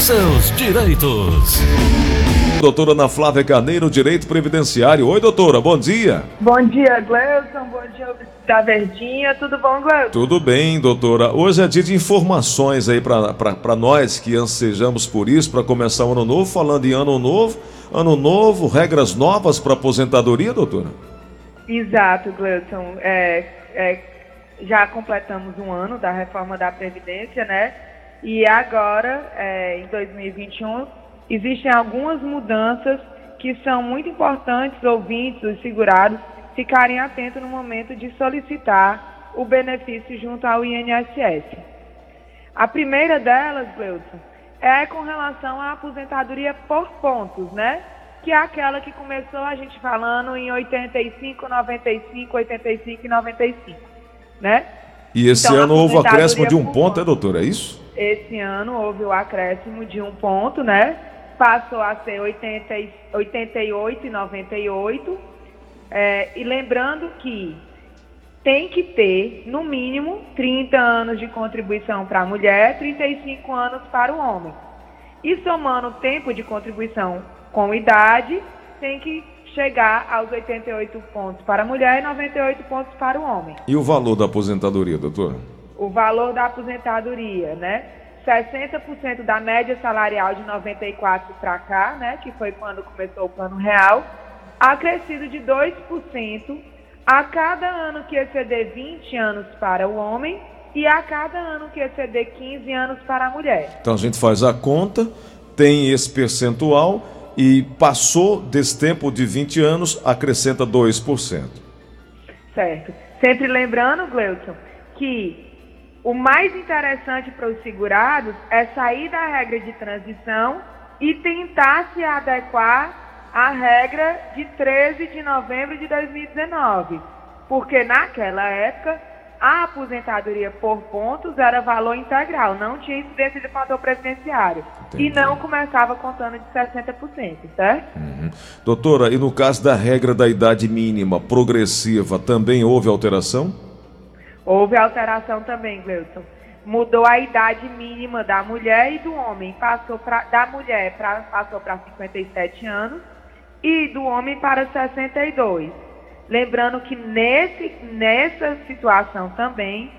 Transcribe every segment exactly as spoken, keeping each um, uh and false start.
seus direitos. Doutora Ana Flávia Carneiro, Direito Previdenciário. Oi, doutora, bom dia. Bom dia, Gleuton. Bom dia, da Verdinha. Tudo bom, Gleuton? Tudo bem, doutora. Hoje é dia de informações aí para nós que ansejamos por isso, para começar o ano novo, falando em ano novo, ano novo, regras novas para aposentadoria, doutora? Exato, Gleuton. É, é, já completamos um ano da reforma da Previdência, né? E agora, é, em dois mil e vinte e um, existem algumas mudanças que são muito importantes, ouvintes, os segurados, ficarem atentos no momento de solicitar o benefício junto ao I N S S. A primeira delas, Gleuton, é com relação à aposentadoria por pontos, né? Que é aquela que começou a gente falando em oitenta e cinco, noventa e cinco, oitenta e cinco e noventa e cinco, né? E esse então, ano houve o acréscimo de um ponto, ponto, é, doutora? É isso? Esse ano houve o acréscimo de um ponto, né? Passou a ser oitenta, oitenta e oito e noventa e oito. É, e lembrando que tem que ter, no mínimo, trinta anos de contribuição para a mulher, trinta e cinco anos para o homem. E somando o tempo de contribuição com idade, tem que chegar aos oitenta e oito pontos para a mulher e noventa e oito pontos para o homem. E o valor da aposentadoria, doutora? O valor da aposentadoria, né? sessenta por cento da média salarial de noventa e quatro para cá, né? Que foi quando começou o Plano Real, acrescido de dois por cento a cada ano que exceder vinte anos para o homem e a cada ano que exceder quinze anos para a mulher. Então a gente faz a conta, tem esse percentual e passou desse tempo de vinte anos, acrescenta dois por cento. Certo. Sempre lembrando, Gleuton, que o mais interessante para os segurados é sair da regra de transição e tentar se adequar à regra de treze de novembro de dois mil e dezenove. Porque naquela época, a aposentadoria por pontos era valor integral, não tinha incidência de fator previdenciário. Entendi. E não começava contando de sessenta por cento, certo? Uhum. Doutora, e no caso da regra da idade mínima progressiva, também houve alteração? Houve alteração também, Gleuton. Mudou a idade mínima da mulher e do homem. Passou pra, da mulher pra, passou para cinquenta e sete anos e do homem para sessenta e dois. Lembrando que nesse, nessa situação também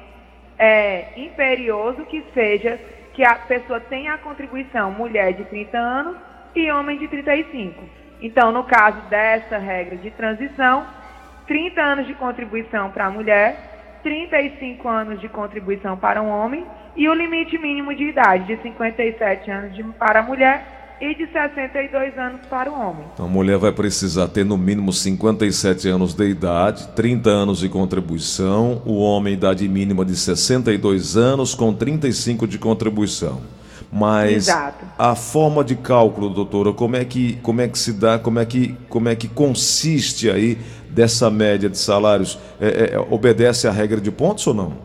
é imperioso que seja que a pessoa tenha a contribuição mulher de trinta anos e homem de trinta e cinco. Então, no caso dessa regra de transição, trinta anos de contribuição para a mulher, trinta e cinco anos de contribuição para um homem e o limite mínimo de idade de cinquenta e sete anos de, para a mulher e de sessenta e dois anos para o homem. Então a mulher vai precisar ter no mínimo cinquenta e sete anos de idade, trinta anos de contribuição, o homem idade mínima de sessenta e dois anos com trinta e cinco de contribuição. Mas Exato. A forma de cálculo, doutora, como é que, como é que se dá, como é que, como é que consiste aí dessa média de salários? É, é, obedece à regra de pontos ou não?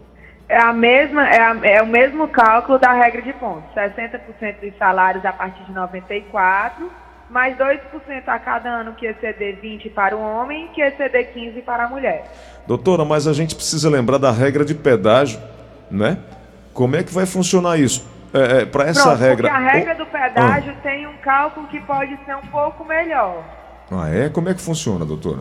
É, a mesma, é, a, é o mesmo cálculo da regra de pontos. sessenta por cento dos salários a partir de noventa e quatro, mais dois por cento a cada ano que exceder vinte para o homem e que exceder quinze para a mulher. Doutora, mas a gente precisa lembrar da regra de pedágio, né? Como é que vai funcionar isso? É, é, para essa Pronto, regra. Porque a regra do pedágio ah. tem um cálculo que pode ser um pouco melhor. Ah, é? Como é que funciona, doutora?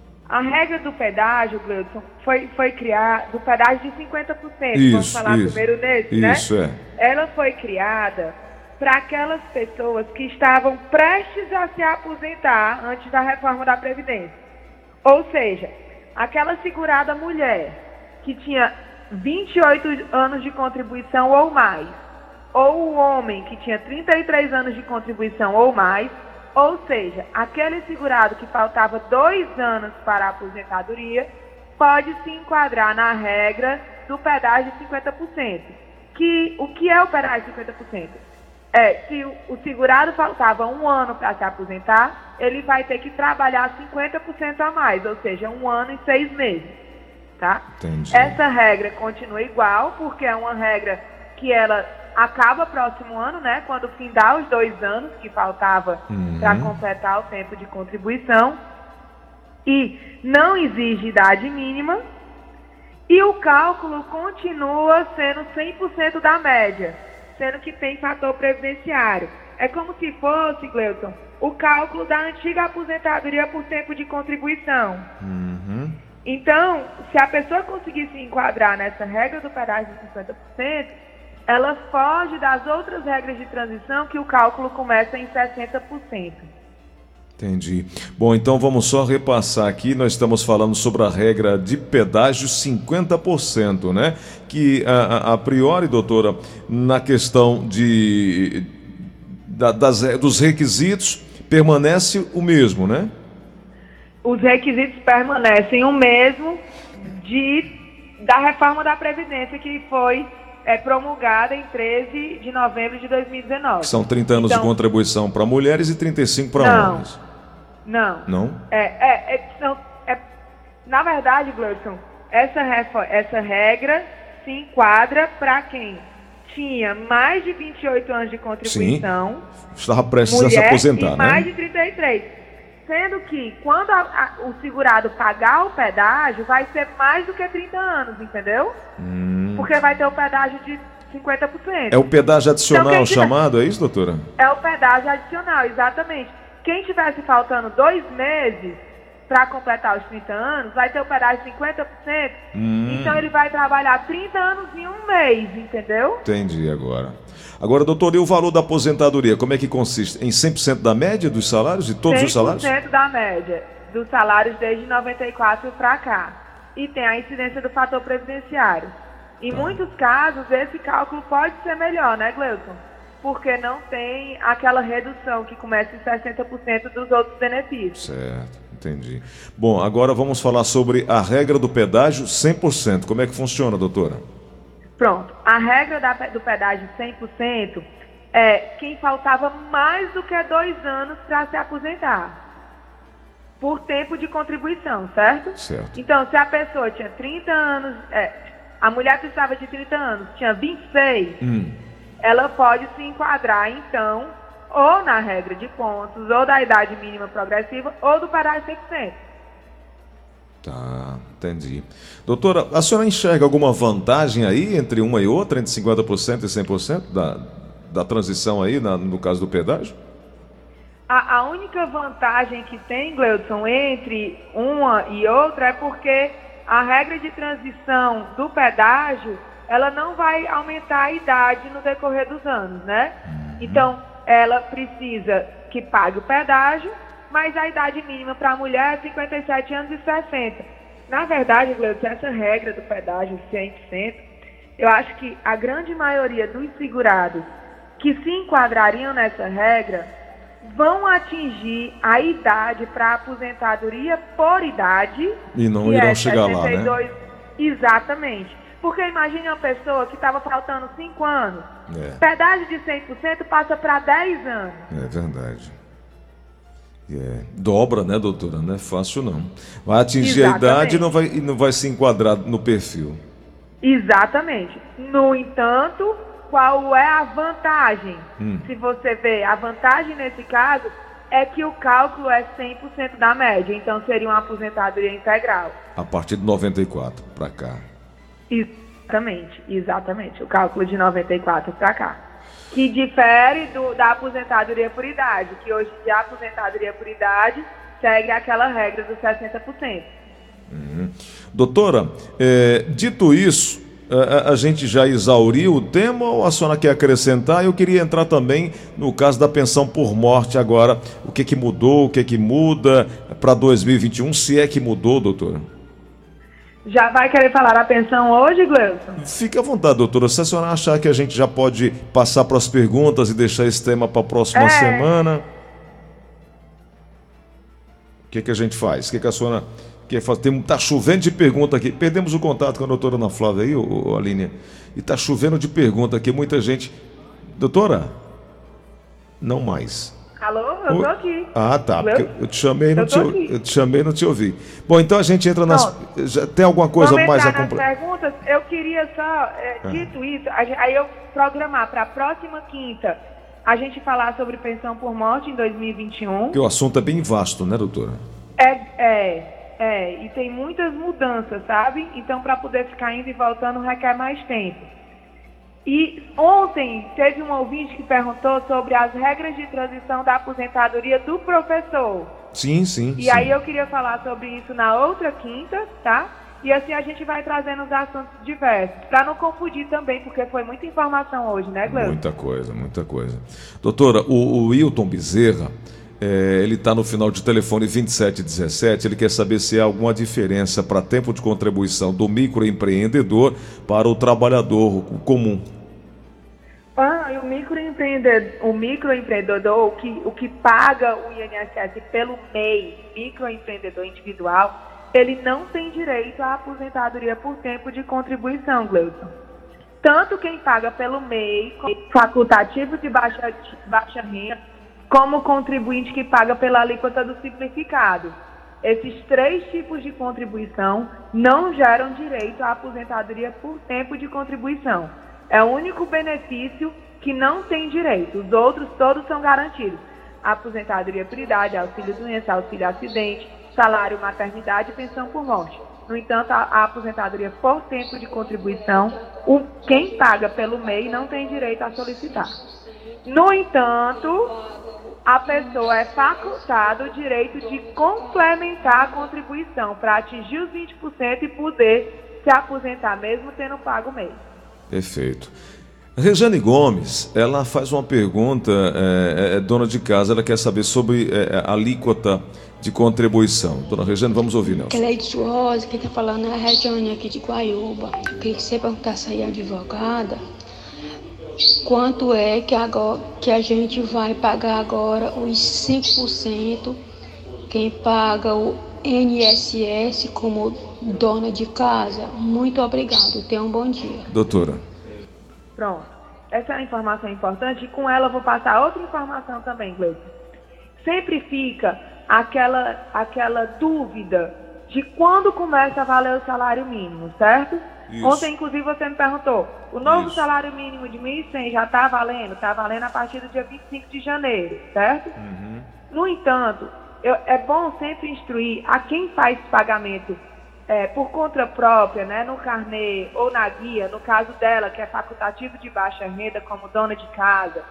A regra do pedágio, Gleuton, foi, foi criada, do pedágio de cinquenta por cento, isso, vamos falar isso, primeiro desse, né? Isso, é. Ela foi criada para aquelas pessoas que estavam prestes a se aposentar antes da reforma da Previdência. Ou seja, aquela segurada mulher que tinha vinte e oito anos de contribuição ou mais, ou o homem que tinha trinta e três anos de contribuição ou mais, ou seja, aquele segurado que faltava dois anos para a aposentadoria, pode se enquadrar na regra do pedágio de cinquenta por cento. Que, o que é o pedágio de cinquenta por cento? É, se o, o segurado faltava um ano para se aposentar, ele vai ter que trabalhar cinquenta por cento a mais, ou seja, um ano e seis meses. Tá? Entendi. Essa regra continua igual, porque é uma regra que ela acaba próximo ano, né, quando findar os dois anos que faltava uhum. para completar o tempo de contribuição, e não exige idade mínima, e o cálculo continua sendo cem por cento da média, sendo que tem fator previdenciário. É como se fosse, Gleuton, o cálculo da antiga aposentadoria por tempo de contribuição. Uhum. Então, se a pessoa conseguir se enquadrar nessa regra do pedágio de cinquenta por cento, ela foge das outras regras de transição que o cálculo começa em sessenta por cento. Entendi. Bom, então vamos só repassar aqui. Nós estamos falando sobre a regra de pedágio cinquenta por cento, né? Que a, a, a priori, doutora, na questão de, da, das, dos requisitos, permanece o mesmo, né? Os requisitos permanecem o mesmo de, da reforma da Previdência que foi é, promulgada em treze de novembro de dois mil e dezenove. São trinta anos então, de contribuição para mulheres e trinta e cinco para homens. Não. Não? É, é, é, são, é, na verdade, Gleudson, essa, essa regra se enquadra para quem tinha mais de vinte e oito anos de contribuição. Sim, estava prestes a se aposentar, e mais né? de trinta e três. Sendo que quando a, a, o segurado pagar o pedágio, vai ser mais do que trinta anos, entendeu? Hum. Porque vai ter o pedágio de cinquenta por cento. É o pedágio adicional então, chamado, tiver... é isso, doutora? É o pedágio adicional, exatamente. Quem tivesse faltando dois meses para completar os trinta anos, vai ter o pedágio de cinquenta por cento. Hum. Então ele vai trabalhar trinta anos em um mês, entendeu? Entendi agora. Agora, doutor, e o valor da aposentadoria, como é que consiste? Em cem por cento da média dos salários, de todos os salários? cem por cento da média dos salários desde noventa e quatro para cá. E tem a incidência do fator previdenciário. Em tá. muitos casos, esse cálculo pode ser melhor, né, Gleuton? Porque não tem aquela redução que começa em sessenta por cento dos outros benefícios. Certo, entendi. Bom, agora vamos falar sobre a regra do pedágio cem por cento. Como é que funciona, doutora? Pronto. A regra da, do pedágio cem por cento é quem faltava mais do que dois anos para se aposentar. Por tempo de contribuição, certo? Certo. Então, se a pessoa tinha trinta anos, é, a mulher precisava de trinta anos, tinha vinte e seis, hum. ela pode se enquadrar, então, ou na regra de pontos, ou da idade mínima progressiva, ou do pedágio cem por cento. Tá, entendi. Doutora, a senhora enxerga alguma vantagem aí entre uma e outra, entre cinquenta por cento e cem por cento da, da transição aí, na, no caso do pedágio? A, a única vantagem que tem, Gleudson, entre uma e outra é porque a regra de transição do pedágio, ela não vai aumentar a idade no decorrer dos anos, né? Uhum. Então, ela precisa que pague o pedágio, mas a idade mínima para a mulher é cinquenta e sete anos e sessenta. Na verdade, Gleudson, essa regra do pedágio cem por cento, eu acho que a grande maioria dos segurados que se enquadrariam nessa regra vão atingir a idade para aposentadoria por idade. E não irão é chegar lá, né? Exatamente. Porque imagine uma pessoa que estava faltando cinco anos. É. Pedágio de cem por cento passa para dez anos. É verdade. É. Dobra, né, doutora? Não é fácil, não. Vai atingir Exatamente. a idade e não vai, e não vai se enquadrar no perfil. Exatamente. No entanto, qual é a vantagem? Hum. Se você vê, a vantagem nesse caso é que o cálculo é cem por cento da média. Então, seria uma aposentadoria integral. A partir de noventa e quatro para cá. Exatamente, exatamente. O cálculo de noventa e quatro para cá. Que difere do, da aposentadoria por idade, que hoje a aposentadoria por idade segue aquela regra dos sessenta por cento. Uhum. Doutora, é, dito isso, a, a gente já exauriu o tema ou a senhora quer acrescentar? Eu queria entrar também no caso da pensão por morte agora. O que que mudou, o que que muda para dois mil e vinte e um, se é que mudou, doutora? Já vai querer falar da pensão hoje, Gleudson? Fique à vontade, doutora. Se a senhora achar que a gente já pode passar para as perguntas e deixar esse tema para a próxima é. semana, o que que a gente faz? O que que a senhora quer fazer? Tem, tá chovendo de pergunta aqui. Perdemos o contato com a doutora Ana Flávia aí, ô, ô, Aline. E tá chovendo de pergunta aqui. Muita gente... Doutora? Não mais. Alô? Eu tô aqui. Ah, tá. Porque eu te chamei e não, te, eu te chamei e não te ouvi. Bom, então a gente entra nas... Já tem alguma coisa Vamos mais a completar? perguntas? Eu queria só, é, dito ah. isso, aí eu programar para a próxima quinta a gente falar sobre pensão por morte em dois mil e vinte e um. Porque o assunto é bem vasto, né, doutora? É, é, é. E tem muitas mudanças, sabe? Então, para poder ficar indo e voltando requer mais tempo. E ontem teve um ouvinte que perguntou sobre as regras de transição da aposentadoria do professor. Sim, sim. E sim. aí eu queria falar sobre isso na outra quinta, tá? E assim a gente vai trazendo os assuntos diversos, para não confundir também, porque foi muita informação hoje, né, Gleuton? Muita coisa, muita coisa. Doutora, o, o Wilton Bezerra, é, ele está no final de telefone vinte e sete dezessete, ele quer saber se há alguma diferença para tempo de contribuição do microempreendedor para o trabalhador comum. Ah, e o microempreendedor, o microempreendedor, o que, o que paga o I N S S pelo M E I, microempreendedor individual, ele não tem direito à aposentadoria por tempo de contribuição, Gleuton. Tanto quem paga pelo M E I, como facultativo de baixa, baixa renda, como o contribuinte que paga pela alíquota do simplificado. Esses três tipos de contribuição não geram direito à aposentadoria por tempo de contribuição. É o único benefício que não tem direito. Os outros todos são garantidos. Aposentadoria por idade, auxílio doença, auxílio acidente, salário maternidade e pensão por morte. No entanto, a, a aposentadoria por tempo de contribuição, o, quem paga pelo M E I não tem direito a solicitar. No entanto, a pessoa é facultada o direito de complementar a contribuição para atingir os vinte por cento e poder se aposentar mesmo tendo pago o M E I. Perfeito. Rejane Gomes, ela faz uma pergunta, é, é dona de casa, ela quer saber sobre é, a alíquota de contribuição. Dona Rejane, vamos ouvir, Nelson. Cleide Rosa, quem está falando é a Rejane aqui de Guaiúba. Eu queria que você perguntasse aí à advogada quanto é que, agora, que a gente vai pagar agora os cinco por cento, quem paga o I N S S como dona de casa. Muito obrigado, tenha um bom dia. Doutora. Pronto. Essa é uma informação importante e com ela eu vou passar outra informação também, Gleuton. Sempre fica aquela, aquela dúvida de quando começa a valer o salário mínimo, certo? Isso. Ontem, inclusive, você me perguntou, o novo Isso. salário mínimo de mil e cem já está valendo? Está valendo a partir do dia vinte e cinco de janeiro, certo? Uhum. No entanto, eu, é bom sempre instruir a quem faz pagamento é, por conta própria, né, no carnê ou na guia, no caso dela, que é facultativo de baixa renda como dona de casa,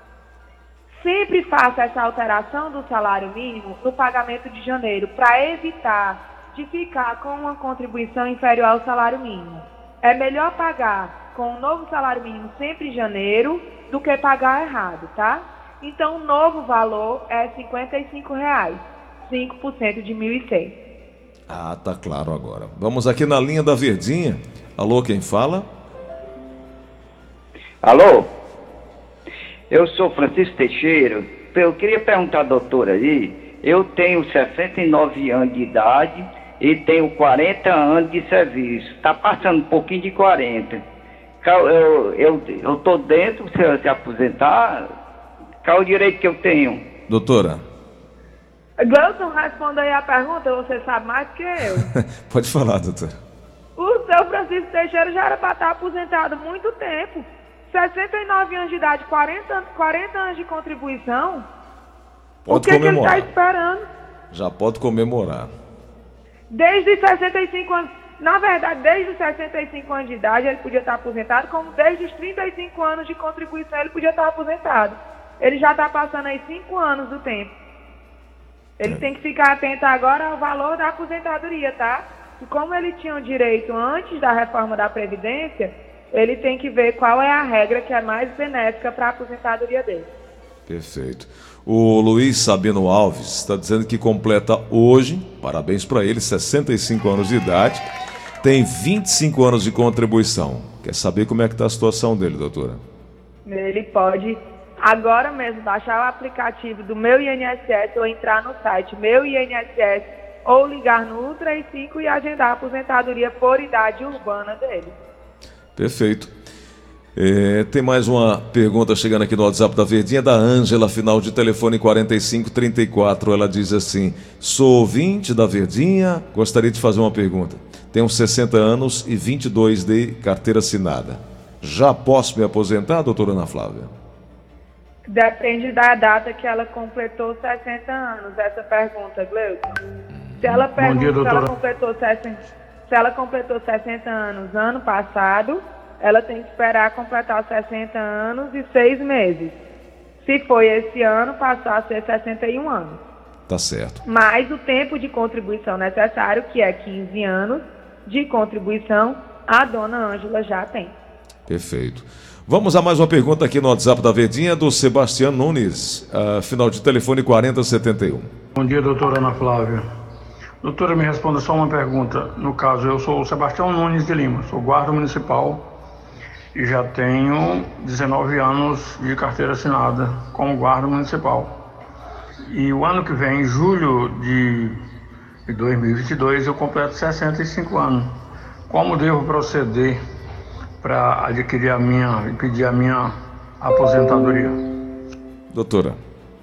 sempre faça essa alteração do salário mínimo no pagamento de janeiro, para evitar de ficar com uma contribuição inferior ao salário mínimo. É melhor pagar com o novo salário mínimo sempre em janeiro do que pagar errado, tá? Então, o novo valor é cinquenta e cinco reais, cinco por cento de mil e cem. Ah, tá claro agora. Vamos aqui na linha da Verdinha. Alô, quem fala? Alô? Eu sou Francisco Teixeira. Eu queria perguntar à doutora aí, eu tenho sessenta e nove anos de idade e tenho quarenta anos de serviço. Está passando um pouquinho de quarenta. Eu eu, eu tô dentro, se eu se aposentar, qual o direito que eu tenho? Doutora. Gleuton, responda aí a pergunta, você sabe mais que eu. Pode falar, doutora. O seu Francisco Teixeira já era para estar aposentado há muito tempo. sessenta e nove anos de idade, quarenta, quarenta anos de contribuição. Pode o que, que ele está comemorar. esperando? Já pode comemorar. Desde sessenta e cinco anos, na verdade, desde os sessenta e cinco anos de idade ele podia estar aposentado, como desde os trinta e cinco anos de contribuição ele podia estar aposentado. Ele já está passando aí cinco anos do tempo. Ele é. tem que ficar atento agora ao valor da aposentadoria, tá? E como ele tinha o direito antes da reforma da Previdência, ele tem que ver qual é a regra que é mais benéfica para a aposentadoria dele. Perfeito. O Luiz Sabino Alves está dizendo que completa hoje, parabéns para ele, sessenta e cinco anos de idade, tem vinte e cinco anos de contribuição. Quer saber como é que está a situação dele, doutora? Ele pode agora mesmo baixar o aplicativo do Meu I N S S ou entrar no site Meu I N S S ou ligar no Ultra I cinco e agendar a aposentadoria por idade urbana dele. Perfeito. É, tem mais uma pergunta chegando aqui no WhatsApp da Verdinha, da Ângela, final de telefone quarenta e cinco trinta e quatro. Ela diz assim: sou ouvinte da Verdinha, gostaria de fazer uma pergunta. Tenho sessenta anos e vinte e dois de carteira assinada. Já posso me aposentar, doutora Ana Flávia? Depende da data que ela completou sessenta anos, essa pergunta, Gleuton. Se ela pergunta dia, se ela completou sessenta, se ela completou sessenta anos ano passado, ela tem que esperar completar sessenta anos e seis meses. Se foi esse ano, passou a ser sessenta e um anos. Tá certo. Mais o tempo de contribuição necessário, que é quinze anos de contribuição, a dona Ângela já tem. Perfeito. Vamos a mais uma pergunta aqui no WhatsApp da Verdinha, do Sebastião Nunes, uh, final de telefone quarenta setenta e um. Bom dia, doutora Ana Flávia. Doutora, me responda só uma pergunta. No caso, eu sou o Sebastião Nunes de Lima, sou guarda municipal e já tenho dezenove anos de carteira assinada como guarda municipal. E o ano que vem, em julho de dois mil e vinte e dois, eu completo sessenta e cinco anos. Como devo proceder para adquirir a minha e pedir a minha aposentadoria? Doutora.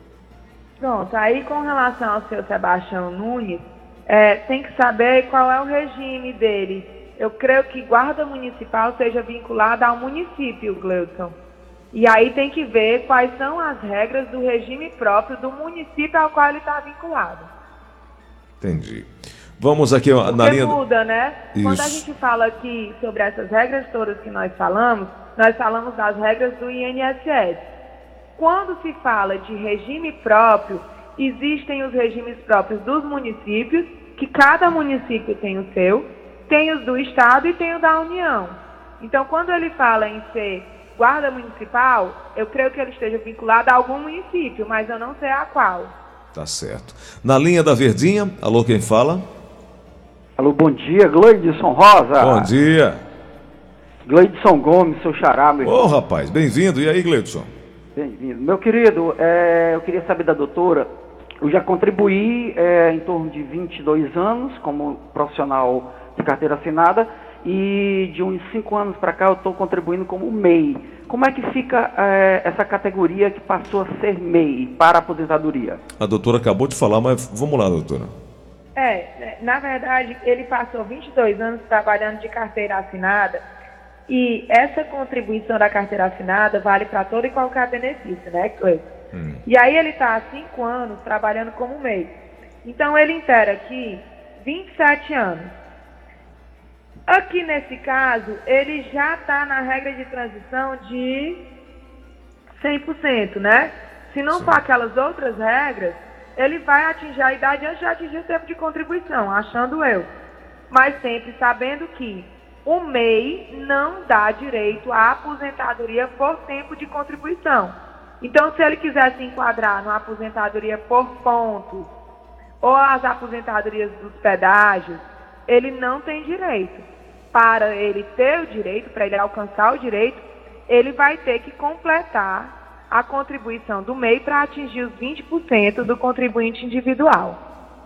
Pronto, aí com relação ao seu Sebastião Nunes, é, tem que saber qual é o regime dele. Eu creio que guarda municipal seja vinculada ao município, Gleudson. E aí tem que ver quais são as regras do regime próprio do município ao qual ele está vinculado. Entendi. Vamos aqui ó, na Porque linha... muda, né? Isso. Quando a gente fala aqui sobre essas regras todas que nós falamos, nós falamos das regras do I N S S. Quando se fala de regime próprio, existem os regimes próprios dos municípios, que cada município tem o seu, tem os do Estado e tem o da União. Então, quando ele fala em ser guarda municipal, eu creio que ele esteja vinculado a algum município, mas eu não sei a qual. Tá certo. Na linha da Verdinha, alô, quem fala? Alô, bom dia, Gleidson Rosa. Bom dia. Gleidson Gomes, seu xará, meu Ô, rapaz, bem-vindo. E aí, Gleidson? Bem-vindo. Meu querido, é, eu queria saber da doutora, eu já contribuí é, em torno de vinte e dois anos como profissional de carteira assinada e de uns cinco anos para cá eu estou contribuindo como M E I. Como é que fica é, essa categoria que passou a ser M E I para a aposentadoria? A doutora acabou de falar, mas vamos lá, doutora. É, na verdade, ele passou vinte e dois anos trabalhando de carteira assinada e essa contribuição da carteira assinada vale para todo e qualquer benefício, né, Cleiton? Hum. E aí ele está há cinco anos trabalhando como M E I. Então ele inteira aqui vinte e sete anos. Aqui nesse caso, ele já está na regra de transição de cem por cento, né? Se não for aquelas outras regras, ele vai atingir a idade antes de atingir o tempo de contribuição, achando eu. Mas sempre sabendo que o M E I não dá direito à aposentadoria por tempo de contribuição. Então, se ele quiser se enquadrar numa aposentadoria por pontos ou as aposentadorias dos pedágios, ele não tem direito. Para ele ter o direito, para ele alcançar o direito, ele vai ter que completar a contribuição do M E I para atingir os vinte por cento do contribuinte individual.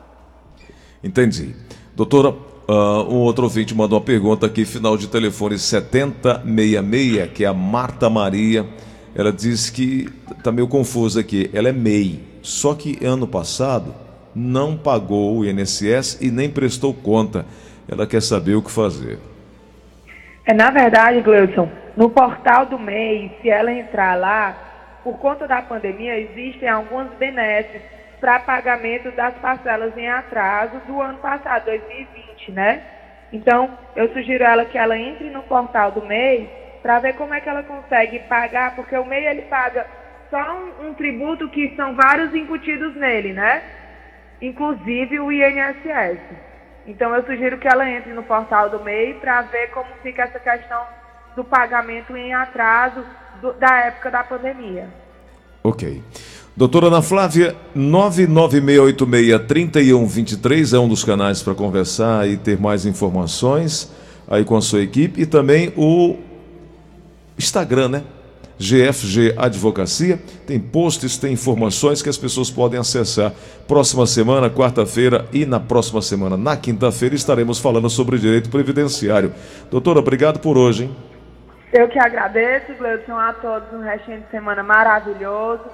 Entendi. Doutora, uh, um outro ouvinte mandou uma pergunta aqui, final de telefone setenta sessenta e seis, que é a Marta Maria. Ela diz que está meio confusa aqui. Ela é M E I, só que ano passado não pagou o I N S S e nem prestou conta. Ela quer saber o que fazer. É, na verdade, Gleudson, no portal do M E I, se ela entrar lá, por conta da pandemia, existem algumas benesses para pagamento das parcelas em atraso do ano passado, dois mil e vinte, né? Então, eu sugiro ela que ela entre no portal do M E I para ver como é que ela consegue pagar, porque o M E I ele paga só um, um tributo que são vários incutidos nele, né? Inclusive o I N S S. Então, eu sugiro que ela entre no portal do M E I para ver como fica essa questão do pagamento em atraso do, da época da pandemia. Ok. Doutora Ana Flávia, nove nove seis oito seis, três um dois três é um dos canais para conversar e ter mais informações aí com a sua equipe. E também o Instagram, né? G F G Advocacia. Tem posts, tem informações que as pessoas podem acessar. Próxima semana, quarta-feira e na próxima semana, na quinta-feira, estaremos falando sobre direito previdenciário. Doutora, obrigado por hoje, hein? Eu que agradeço, Gleudson, a todos um restinho de semana maravilhoso.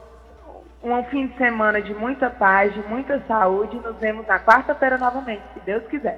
Um fim de semana de muita paz, de muita saúde. Nos vemos na quarta-feira novamente, se Deus quiser.